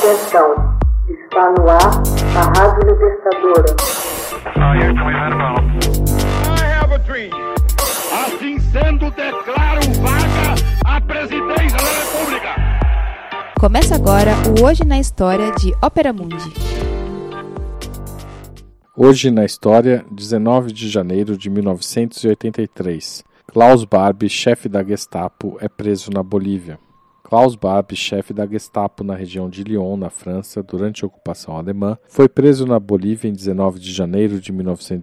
Atenção, está no ar a Rádio Libertadora. Assim sendo, declaro vaga a presidência da República. Começa agora o Hoje na História de Ópera Mundi. Hoje na História, 19 de janeiro de 1983. Klaus Barbie, chefe da Gestapo, é preso na Bolívia. Klaus Barbie, chefe da Gestapo na região de Lyon, na França, durante a ocupação alemã, foi preso na Bolívia em 19 de janeiro de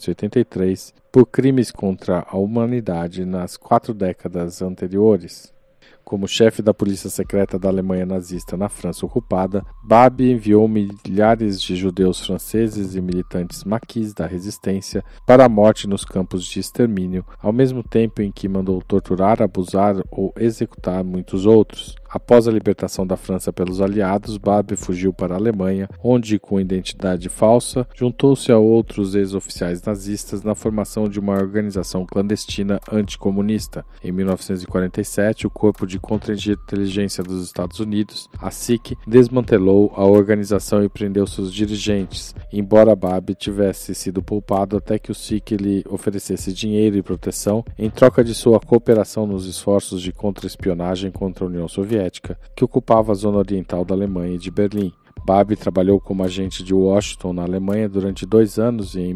1983 por crimes contra a humanidade nas 4 décadas anteriores. Como chefe da polícia secreta da Alemanha nazista na França ocupada, Barbie enviou milhares de judeus franceses e militantes maquis da resistência para a morte nos campos de extermínio, ao mesmo tempo em que mandou torturar, abusar ou executar muitos outros. Após a libertação da França pelos aliados, Barbie fugiu para a Alemanha, onde, com identidade falsa, juntou-se a outros ex-oficiais nazistas na formação de uma organização clandestina anticomunista. Em 1947, o Corpo de Contra-Inteligência dos Estados Unidos, a SIC, desmantelou a organização e prendeu seus dirigentes, embora Barbie tivesse sido poupado até que o SIC lhe oferecesse dinheiro e proteção em troca de sua cooperação nos esforços de contra-espionagem contra a União Soviética, que ocupava a zona oriental da Alemanha e de Berlim. Barbie trabalhou como agente de Washington na Alemanha durante 2 anos e em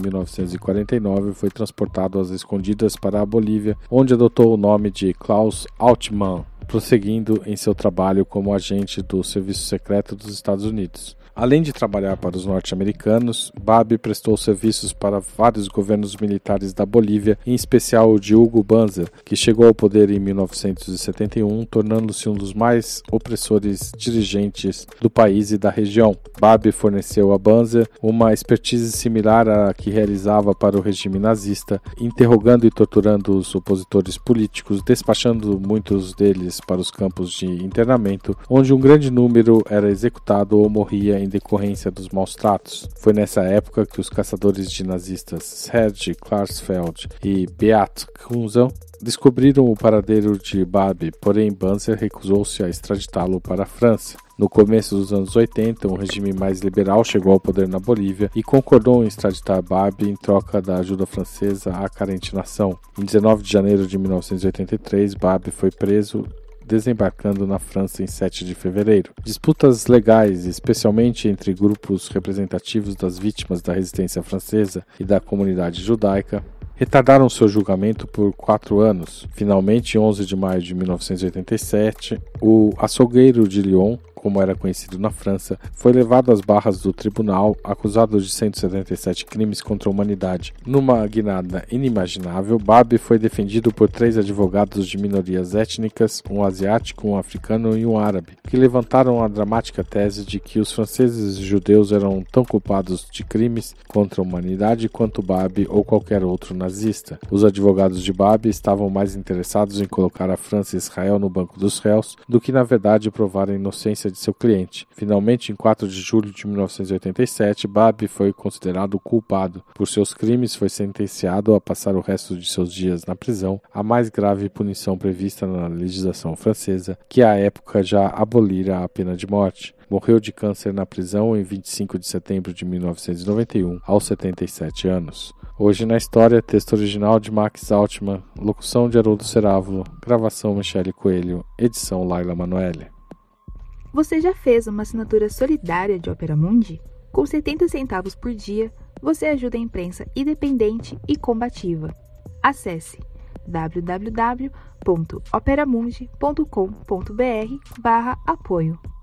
1949 foi transportado às escondidas para a Bolívia, onde adotou o nome de Klaus Altmann, prosseguindo em seu trabalho como agente do Serviço Secreto dos Estados Unidos. Além de trabalhar para os norte-americanos, Barbie prestou serviços para vários governos militares da Bolívia, em especial o de Hugo Banzer, que chegou ao poder em 1971, tornando-se um dos mais opressores dirigentes do país e da região. Barbie forneceu a Banzer uma expertise similar à que realizava para o regime nazista, interrogando e torturando os opositores políticos, despachando muitos deles para os campos de internamento, onde um grande número era executado ou morria em decorrência dos maus tratos. Foi nessa época que os caçadores de nazistas Serge Klarsfeld e Beat Kunzel descobriram o paradeiro de Barbie, porém Banzer recusou-se a extraditá-lo para a França. No começo dos anos 80, um regime mais liberal chegou ao poder na Bolívia e concordou em extraditar Barbie em troca da ajuda francesa à carente nação. Em 19 de janeiro de 1983, Barbie foi preso, desembarcando na França em 7 de fevereiro. Disputas legais, especialmente entre grupos representativos das vítimas da resistência francesa e da comunidade judaica, retardaram seu julgamento por 4 anos. Finalmente, em 11 de maio de 1987, o açougueiro de Lyon, como era conhecido na França, foi levado às barras do tribunal, acusado de 177 crimes contra a humanidade. Numa guinada inimaginável, Barbie foi defendido por 3 advogados de minorias étnicas, um asiático, um africano e um árabe, que levantaram a dramática tese de que os franceses e judeus eram tão culpados de crimes contra a humanidade quanto Barbie ou qualquer outro nazista. Os advogados de Barbie estavam mais interessados em colocar a França e Israel no banco dos réus do que, na verdade, provar a inocência de seu cliente. Finalmente, em 4 de julho de 1987, Barbie foi considerado culpado. Por seus crimes, foi sentenciado a passar o resto de seus dias na prisão, a mais grave punição prevista na legislação francesa, que à época já abolira a pena de morte. Morreu de câncer na prisão em 25 de setembro de 1991, aos 77 anos. Hoje na História, texto original de Max Altman, locução de Haroldo Cerávulo, gravação Michele Coelho, edição Laila Manoeli. Você já fez uma assinatura solidária de Ópera Mundi? Com 70 centavos por dia, você ajuda a imprensa independente e combativa. Acesse www.operamundi.com.br/apoio.